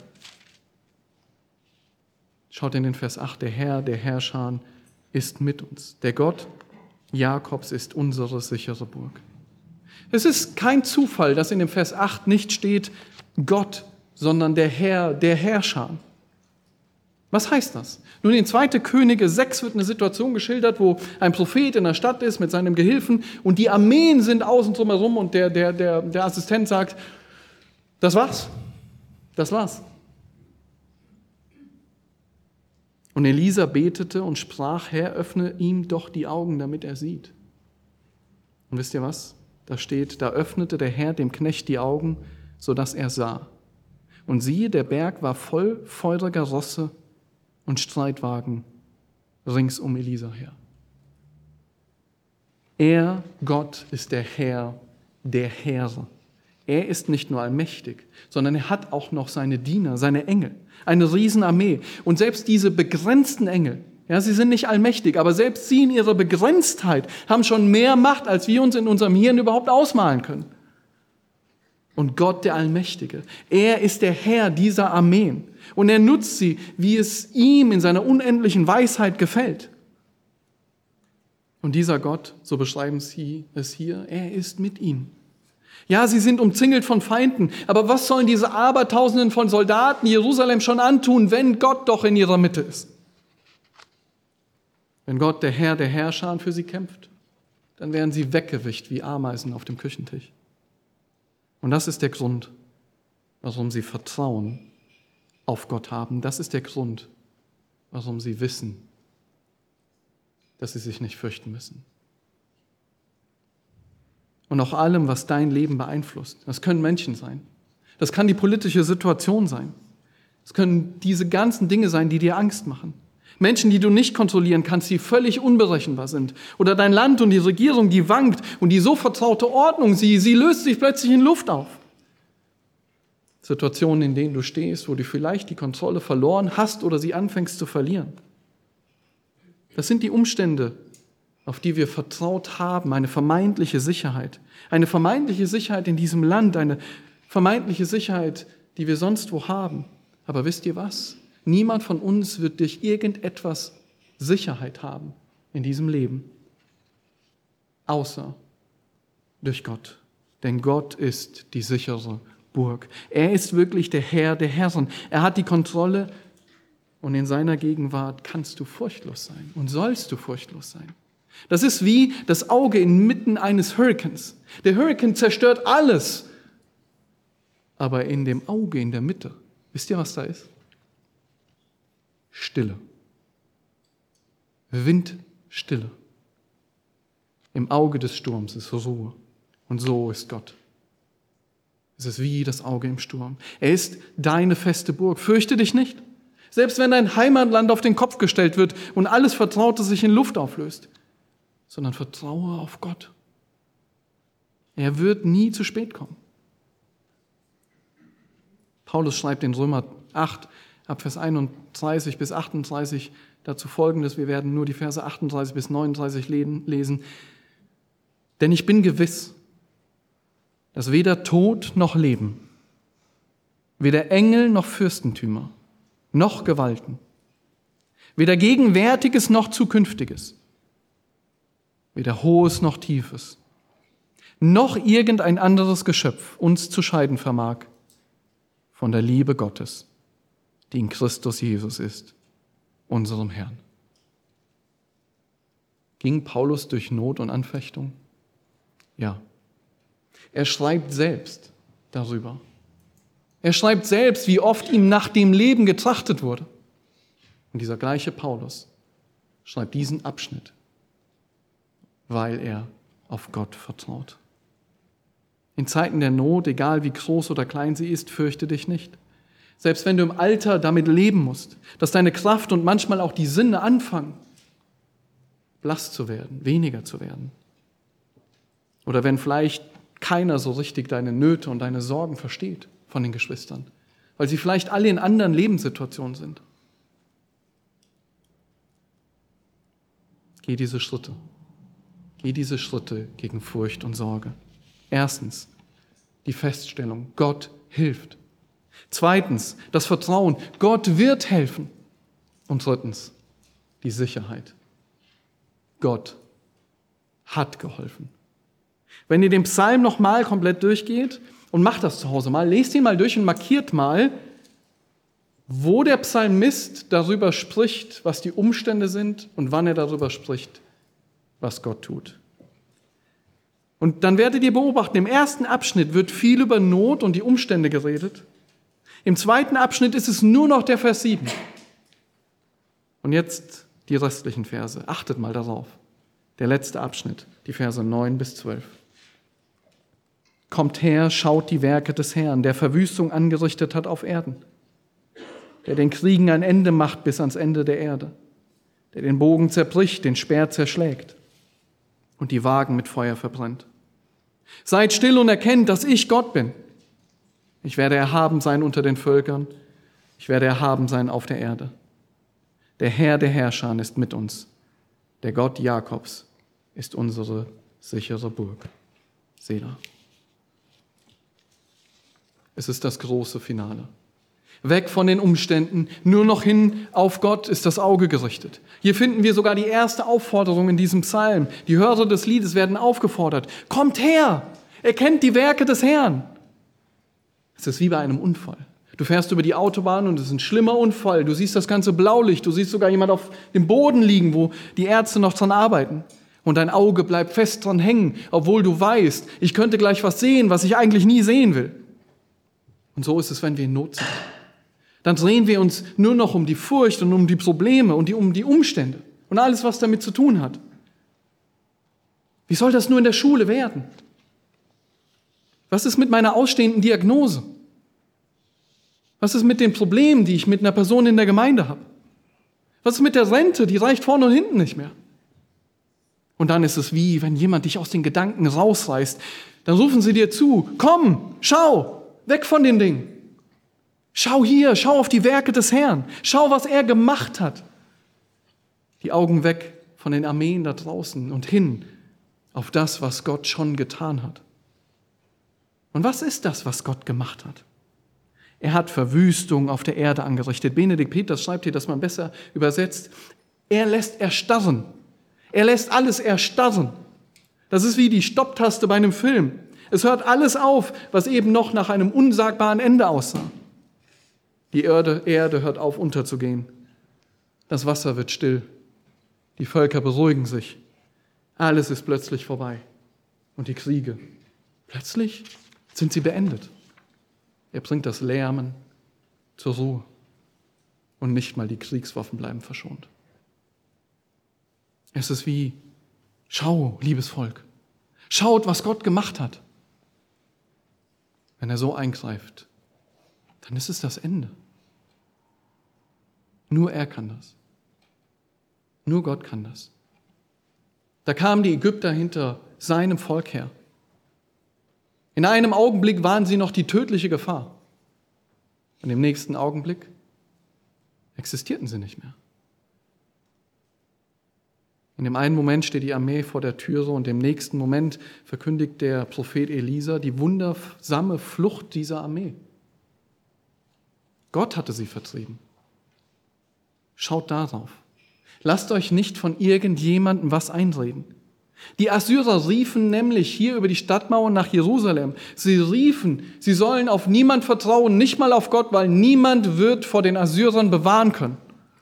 Schaut in den Vers 8, der Herr, der Herrscher, ist mit uns. Der Gott Jakobs ist unsere sichere Burg. Es ist kein Zufall, dass in dem Vers 8 nicht steht Gott, sondern der Herr, der Herrscher. Was heißt das? Nun, in 2. Könige 6 wird eine Situation geschildert, wo ein Prophet in der Stadt ist mit seinem Gehilfen und die Armeen sind außen drumherum und der Assistent sagt, das war's. Das war's. Und Elisa betete und sprach, Herr, öffne ihm doch die Augen, damit er sieht. Und wisst ihr was? Da steht, da öffnete der Herr dem Knecht die Augen, sodass er sah. Und siehe, der Berg war voll feuriger Rosse und Streitwagen rings um Elisa her. Er, Gott, ist der Herr der Heere. Er ist nicht nur allmächtig, sondern er hat auch noch seine Diener, seine Engel, eine Riesenarmee. Und selbst diese begrenzten Engel, ja, sie sind nicht allmächtig, aber selbst sie in ihrer Begrenztheit haben schon mehr Macht, als wir uns in unserem Hirn überhaupt ausmalen können. Und Gott, der Allmächtige, er ist der Herr dieser Armeen. Und er nutzt sie, wie es ihm in seiner unendlichen Weisheit gefällt. Und dieser Gott, so beschreiben sie es hier, er ist mit ihnen. Ja, sie sind umzingelt von Feinden, aber was sollen diese Abertausenden von Soldaten Jerusalem schon antun, wenn Gott doch in ihrer Mitte ist? Wenn Gott, der Herr der Herrscher, für sie kämpft, dann werden sie weggewischt wie Ameisen auf dem Küchentisch. Und das ist der Grund, warum sie Vertrauen auf Gott haben. Das ist der Grund, warum sie wissen, dass sie sich nicht fürchten müssen. Und auch allem, was dein Leben beeinflusst. Das können Menschen sein. Das kann die politische Situation sein. Es können diese ganzen Dinge sein, die dir Angst machen. Menschen, die du nicht kontrollieren kannst, die völlig unberechenbar sind. Oder dein Land und die Regierung, die wankt und die so vertraute Ordnung, sie löst sich plötzlich in Luft auf. Situationen, in denen du stehst, wo du vielleicht die Kontrolle verloren hast oder sie anfängst zu verlieren. Das sind die Umstände, auf die wir vertraut haben, eine vermeintliche Sicherheit. Eine vermeintliche Sicherheit in diesem Land, eine vermeintliche Sicherheit, die wir sonst wo haben. Aber wisst ihr was? Niemand von uns wird durch irgendetwas Sicherheit haben in diesem Leben, außer durch Gott. Denn Gott ist die sichere Burg. Er ist wirklich der Herr der Herren. Er hat die Kontrolle und in seiner Gegenwart kannst du furchtlos sein und sollst du furchtlos sein. Das ist wie das Auge inmitten eines Hurrikans. Der Hurrikan zerstört alles. Aber in dem Auge in der Mitte, wisst ihr, was da ist? Stille. Windstille. Im Auge des Sturms ist Ruhe. Und so ist Gott. Es ist wie das Auge im Sturm. Er ist deine feste Burg. Fürchte dich nicht. Selbst wenn dein Heimatland auf den Kopf gestellt wird und alles Vertraute sich in Luft auflöst. Sondern vertraue auf Gott. Er wird nie zu spät kommen. Paulus schreibt in Römer 8, ab Vers 31 bis 38 dazu Folgendes. Wir werden nur die Verse 38 bis 39 lesen. Denn ich bin gewiss, dass weder Tod noch Leben, weder Engel noch Fürstentümer, noch Gewalten, weder Gegenwärtiges noch Zukünftiges, weder Hohes noch Tiefes, noch irgendein anderes Geschöpf uns zu scheiden vermag von der Liebe Gottes, die in Christus Jesus ist, unserem Herrn. Ging Paulus durch Not und Anfechtung? Ja. Er schreibt selbst darüber. Er schreibt selbst, wie oft ihm nach dem Leben getrachtet wurde. Und dieser gleiche Paulus schreibt diesen Abschnitt, weil er auf Gott vertraut. In Zeiten der Not, egal wie groß oder klein sie ist, fürchte dich nicht. Selbst wenn du im Alter damit leben musst, dass deine Kraft und manchmal auch die Sinne anfangen, blass zu werden, weniger zu werden. Oder wenn vielleicht keiner so richtig deine Nöte und deine Sorgen versteht von den Geschwistern, weil sie vielleicht alle in anderen Lebenssituationen sind. Geh diese Schritte. Geh diese Schritte gegen Furcht und Sorge. Erstens, die Feststellung, Gott hilft. Zweitens, das Vertrauen, Gott wird helfen. Und drittens, die Sicherheit. Gott hat geholfen. Wenn ihr den Psalm nochmal komplett durchgeht und macht das zu Hause mal, lest ihn mal durch und markiert mal, wo der Psalmist darüber spricht, was die Umstände sind und wann er darüber spricht, was Gott tut. Und dann werdet ihr beobachten, im ersten Abschnitt wird viel über Not und die Umstände geredet. Im zweiten Abschnitt ist es nur noch der Vers 7. Und jetzt die restlichen Verse. Achtet mal darauf. Der letzte Abschnitt, die Verse 9 bis 12. Kommt her, schaut die Werke des Herrn, der Verwüstung angerichtet hat auf Erden, der den Kriegen ein Ende macht bis ans Ende der Erde, der den Bogen zerbricht, den Speer zerschlägt und die Wagen mit Feuer verbrennt. Seid still und erkennt, dass ich Gott bin. Ich werde erhaben sein unter den Völkern, ich werde erhaben sein auf der Erde. Der Herr der Herrscher ist mit uns, der Gott Jakobs ist unsere sichere Burg. Selah. Es ist das große Finale. Weg von den Umständen, nur noch hin auf Gott ist das Auge gerichtet. Hier finden wir sogar die erste Aufforderung in diesem Psalm. Die Hörer des Liedes werden aufgefordert. Kommt her, erkennt die Werke des Herrn. Es ist wie bei einem Unfall. Du fährst über die Autobahn und es ist ein schlimmer Unfall. Du siehst das ganze Blaulicht, du siehst sogar jemand auf dem Boden liegen, wo die Ärzte noch dran arbeiten. Und dein Auge bleibt fest dran hängen, obwohl du weißt, ich könnte gleich was sehen, was ich eigentlich nie sehen will. Und so ist es, wenn wir in Not sind. Dann drehen wir uns nur noch um die Furcht und um die Probleme und um die Umstände und alles, was damit zu tun hat. Wie soll das nur in der Schule werden? Was ist mit meiner ausstehenden Diagnose? Was ist mit den Problemen, die ich mit einer Person in der Gemeinde habe? Was ist mit der Rente? Die reicht vorne und hinten nicht mehr. Und dann ist es wie, wenn jemand dich aus den Gedanken rausreißt. Dann rufen sie dir zu, komm, schau, weg von den Dingen. Schau hier, schau auf die Werke des Herrn. Schau, was er gemacht hat. Die Augen weg von den Armeen da draußen und hin auf das, was Gott schon getan hat. Und was ist das, was Gott gemacht hat? Er hat Verwüstung auf der Erde angerichtet. Benedikt Peters schreibt hier, dass man besser übersetzt. Er lässt erstarren. Er lässt alles erstarren. Das ist wie die Stopptaste bei einem Film. Es hört alles auf, was eben noch nach einem unsagbaren Ende aussah. Die Erde hört auf, unterzugehen. Das Wasser wird still. Die Völker beruhigen sich. Alles ist plötzlich vorbei. Und die Kriege, plötzlich sind sie beendet. Er bringt das Lärmen zur Ruhe. Und nicht mal die Kriegswaffen bleiben verschont. Es ist wie, schau, liebes Volk, schaut, was Gott gemacht hat. Wenn er so eingreift, dann ist es das Ende. Nur er kann das. Nur Gott kann das. Da kamen die Ägypter hinter seinem Volk her. In einem Augenblick waren sie noch die tödliche Gefahr. Und im nächsten Augenblick existierten sie nicht mehr. In dem einen Moment steht die Armee vor der Türe und im nächsten Moment verkündigt der Prophet Elisa die wundersame Flucht dieser Armee. Gott hatte sie vertrieben. Schaut darauf. Lasst euch nicht von irgendjemandem was einreden. Die Assyrer riefen nämlich hier über die Stadtmauern nach Jerusalem. Sie riefen, sie sollen auf niemand vertrauen, nicht mal auf Gott, weil niemand wird vor den Assyrern bewahren können.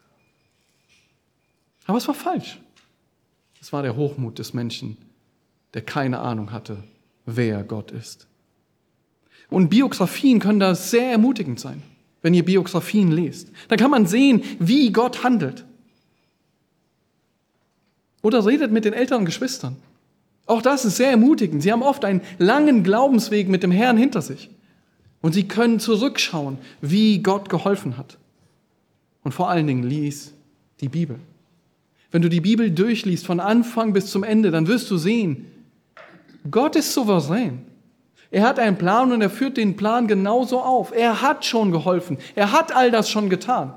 Aber es war falsch. Es war der Hochmut des Menschen, der keine Ahnung hatte, wer Gott ist. Und Biografien können da sehr ermutigend sein, wenn ihr Biografien lest. Dann kann man sehen, wie Gott handelt. Oder redet mit den älteren Geschwistern. Auch das ist sehr ermutigend. Sie haben oft einen langen Glaubensweg mit dem Herrn hinter sich. Und sie können zurückschauen, wie Gott geholfen hat. Und vor allen Dingen lies die Bibel. Wenn du die Bibel durchliest, von Anfang bis zum Ende, dann wirst du sehen, Gott ist souverän. Er hat einen Plan und er führt den Plan genauso auf. Er hat schon geholfen. Er hat all das schon getan.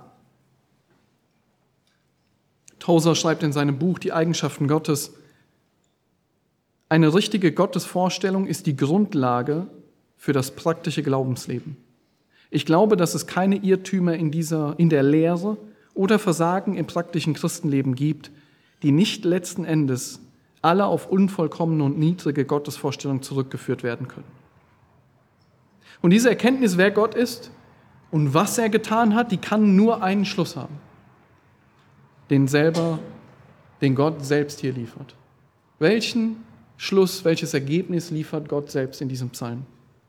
Tozer schreibt in seinem Buch Die Eigenschaften Gottes: Eine richtige Gottesvorstellung ist die Grundlage für das praktische Glaubensleben. Ich glaube, dass es keine Irrtümer in der Lehre oder Versagen im praktischen Christenleben gibt, die nicht letzten Endes alle auf unvollkommene und niedrige Gottesvorstellungen zurückgeführt werden können. Und diese Erkenntnis, wer Gott ist und was er getan hat, die kann nur einen Schluss haben, den Gott selbst hier liefert. Welchen Schluss, welches Ergebnis liefert Gott selbst in diesem Psalm?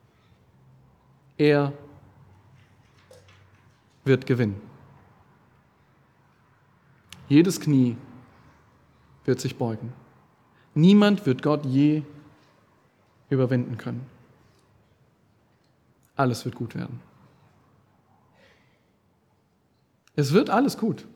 Er wird gewinnen. Jedes Knie wird sich beugen. Niemand wird Gott je überwinden können. Alles wird gut werden. Es wird alles gut.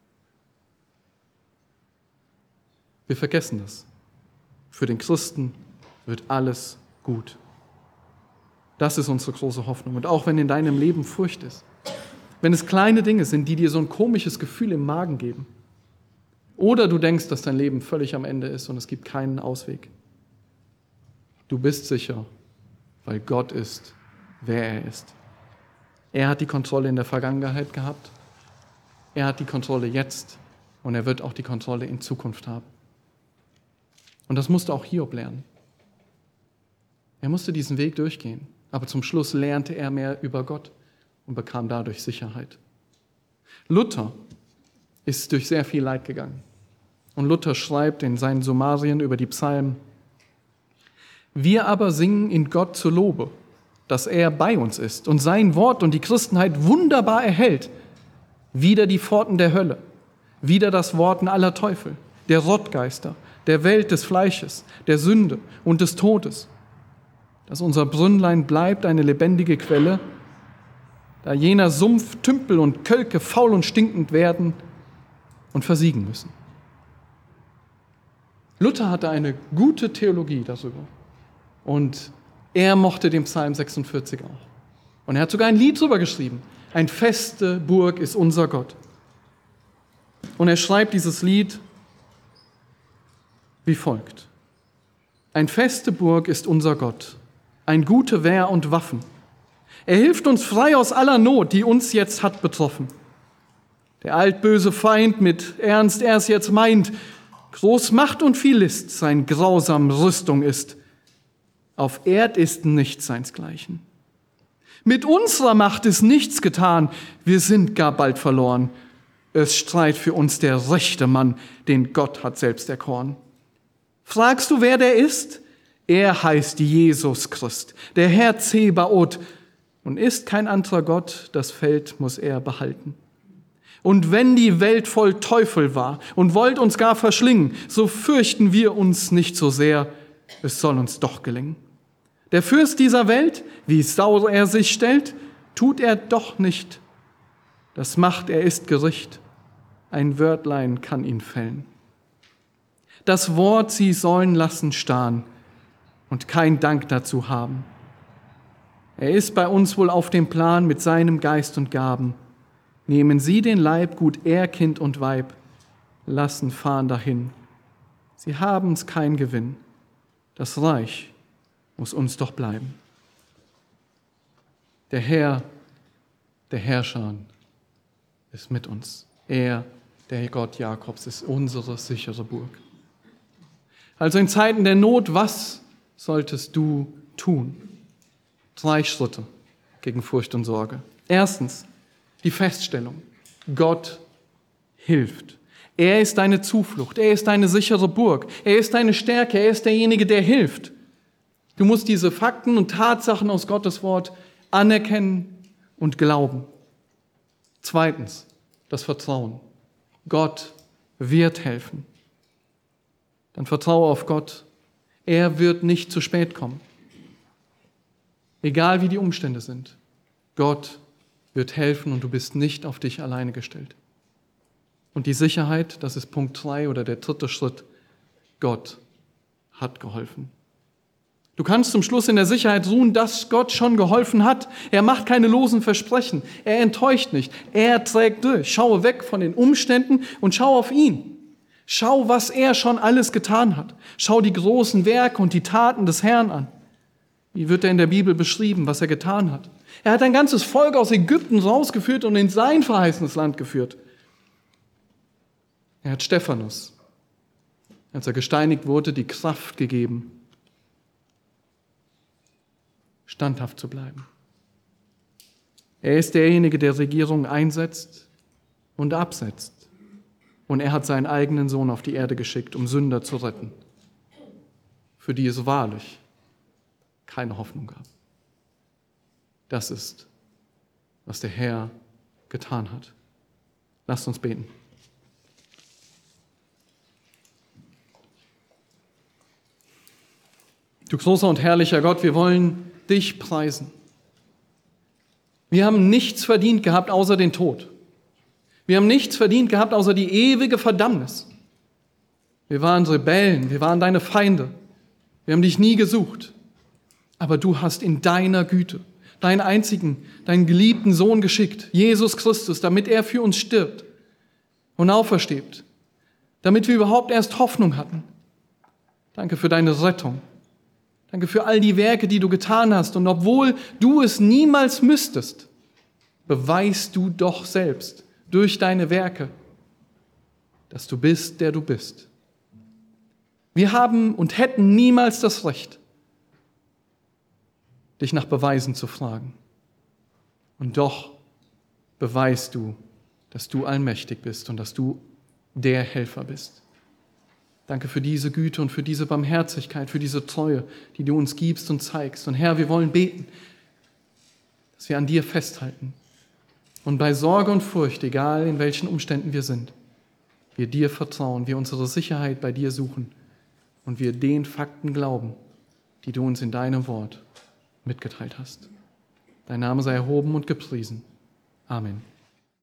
Wir vergessen das. Für den Christen wird alles gut. Das ist unsere große Hoffnung. Und auch wenn in deinem Leben Furcht ist, wenn es kleine Dinge sind, die dir so ein komisches Gefühl im Magen geben, oder du denkst, dass dein Leben völlig am Ende ist und es gibt keinen Ausweg, du bist sicher, weil Gott ist, wer er ist. Er hat die Kontrolle in der Vergangenheit gehabt, er hat die Kontrolle jetzt und er wird auch die Kontrolle in Zukunft haben. Und das musste auch Hiob lernen. Er musste diesen Weg durchgehen, aber zum Schluss lernte er mehr über Gott und bekam dadurch Sicherheit. Luther ist durch sehr viel Leid gegangen. Und Luther schreibt in seinen Summarien über die Psalmen: Wir aber singen in Gott zu Lobe, dass er bei uns ist und sein Wort und die Christenheit wunderbar erhält. Wider die Pforten der Hölle, wider das Worten aller Teufel, der Rottgeister, der Welt des Fleisches, der Sünde und des Todes. Dass unser Brünnlein bleibt eine lebendige Quelle, da jener Sumpf, Tümpel und Kölke faul und stinkend werden und versiegen müssen. Luther hatte eine gute Theologie darüber und er mochte den Psalm 46 auch. Und er hat sogar ein Lied darüber geschrieben. Ein feste Burg ist unser Gott. Und er schreibt dieses Lied wie folgt: Ein feste Burg ist unser Gott, ein gute Wehr und Waffen. Er hilft uns frei aus aller Not, die uns jetzt hat betroffen. Der altböse Feind mit Ernst er es jetzt meint, groß Macht und viel List sein grausam Rüstung ist. Auf Erd ist nichts seinsgleichen. Mit unserer Macht ist nichts getan, wir sind gar bald verloren. Es streit für uns der rechte Mann, den Gott hat selbst erkoren. Fragst du, wer der ist? Er heißt Jesus Christ, der Herr Zebaoth, und ist kein anderer Gott, das Feld muss er behalten. Und wenn die Welt voll Teufel war und wollt uns gar verschlingen, so fürchten wir uns nicht so sehr, es soll uns doch gelingen. Der Fürst dieser Welt, wie sauer er sich stellt, tut er doch nicht. Das macht, er ist Gericht, ein Wörtlein kann ihn fällen. Das Wort sie sollen lassen starren und kein Dank dazu haben. Er ist bei uns wohl auf dem Plan mit seinem Geist und Gaben. Nehmen sie den Leib, gut er, Kind und Weib, lassen fahren dahin. Sie haben's kein Gewinn. Das Reich muss uns doch bleiben. Der Herr, der Herrscher, ist mit uns. Er, der Gott Jakobs, ist unsere sichere Burg. Also in Zeiten der Not, was solltest du tun? 3 Schritte gegen Furcht und Sorge. Erstens, die Feststellung: Gott hilft. Er ist deine Zuflucht, er ist deine sichere Burg, er ist deine Stärke, er ist derjenige, der hilft. Du musst diese Fakten und Tatsachen aus Gottes Wort anerkennen und glauben. Zweitens, das Vertrauen. Gott wird helfen. Dann vertraue auf Gott. Er wird nicht zu spät kommen. Egal wie die Umstände sind, Gott wird helfen und du bist nicht auf dich alleine gestellt. Und die Sicherheit, das ist Punkt 3 oder der 3. Schritt, Gott hat geholfen. Du kannst zum Schluss in der Sicherheit ruhen, dass Gott schon geholfen hat. Er macht keine losen Versprechen. Er enttäuscht nicht. Er trägt durch. Schaue weg von den Umständen und schau auf ihn. Schau, was er schon alles getan hat. Schau die großen Werke und die Taten des Herrn an. Wie wird er in der Bibel beschrieben, was er getan hat? Er hat ein ganzes Volk aus Ägypten rausgeführt und in sein verheißenes Land geführt. Er hat Stephanus, als er gesteinigt wurde, die Kraft gegeben, standhaft zu bleiben. Er ist derjenige, der Regierungen einsetzt und absetzt. Und er hat seinen eigenen Sohn auf die Erde geschickt, um Sünder zu retten, für die es wahrlich keine Hoffnung gab. Das ist, was der Herr getan hat. Lasst uns beten. Du großer und herrlicher Gott, wir wollen dich preisen. Wir haben nichts verdient gehabt außer den Tod. Wir haben nichts verdient gehabt außer die ewige Verdammnis. Wir waren Rebellen, wir waren deine Feinde. Wir haben dich nie gesucht. Aber du hast in deiner Güte deinen einzigen, deinen geliebten Sohn geschickt, Jesus Christus, damit er für uns stirbt und aufersteht, damit wir überhaupt erst Hoffnung hatten. Danke für deine Rettung. Danke für all die Werke, die du getan hast. Und obwohl du es niemals müsstest, beweist du doch selbst durch deine Werke, dass du bist, der du bist. Wir haben und hätten niemals das Recht, dich nach Beweisen zu fragen. Und doch beweist du, dass du allmächtig bist und dass du der Helfer bist. Danke für diese Güte und für diese Barmherzigkeit, für diese Treue, die du uns gibst und zeigst. Und Herr, wir wollen beten, dass wir an dir festhalten und bei Sorge und Furcht, egal in welchen Umständen wir sind, wir dir vertrauen, wir unsere Sicherheit bei dir suchen und wir den Fakten glauben, die du uns in deinem Wort mitgeteilt hast. Dein Name sei erhoben und gepriesen. Amen.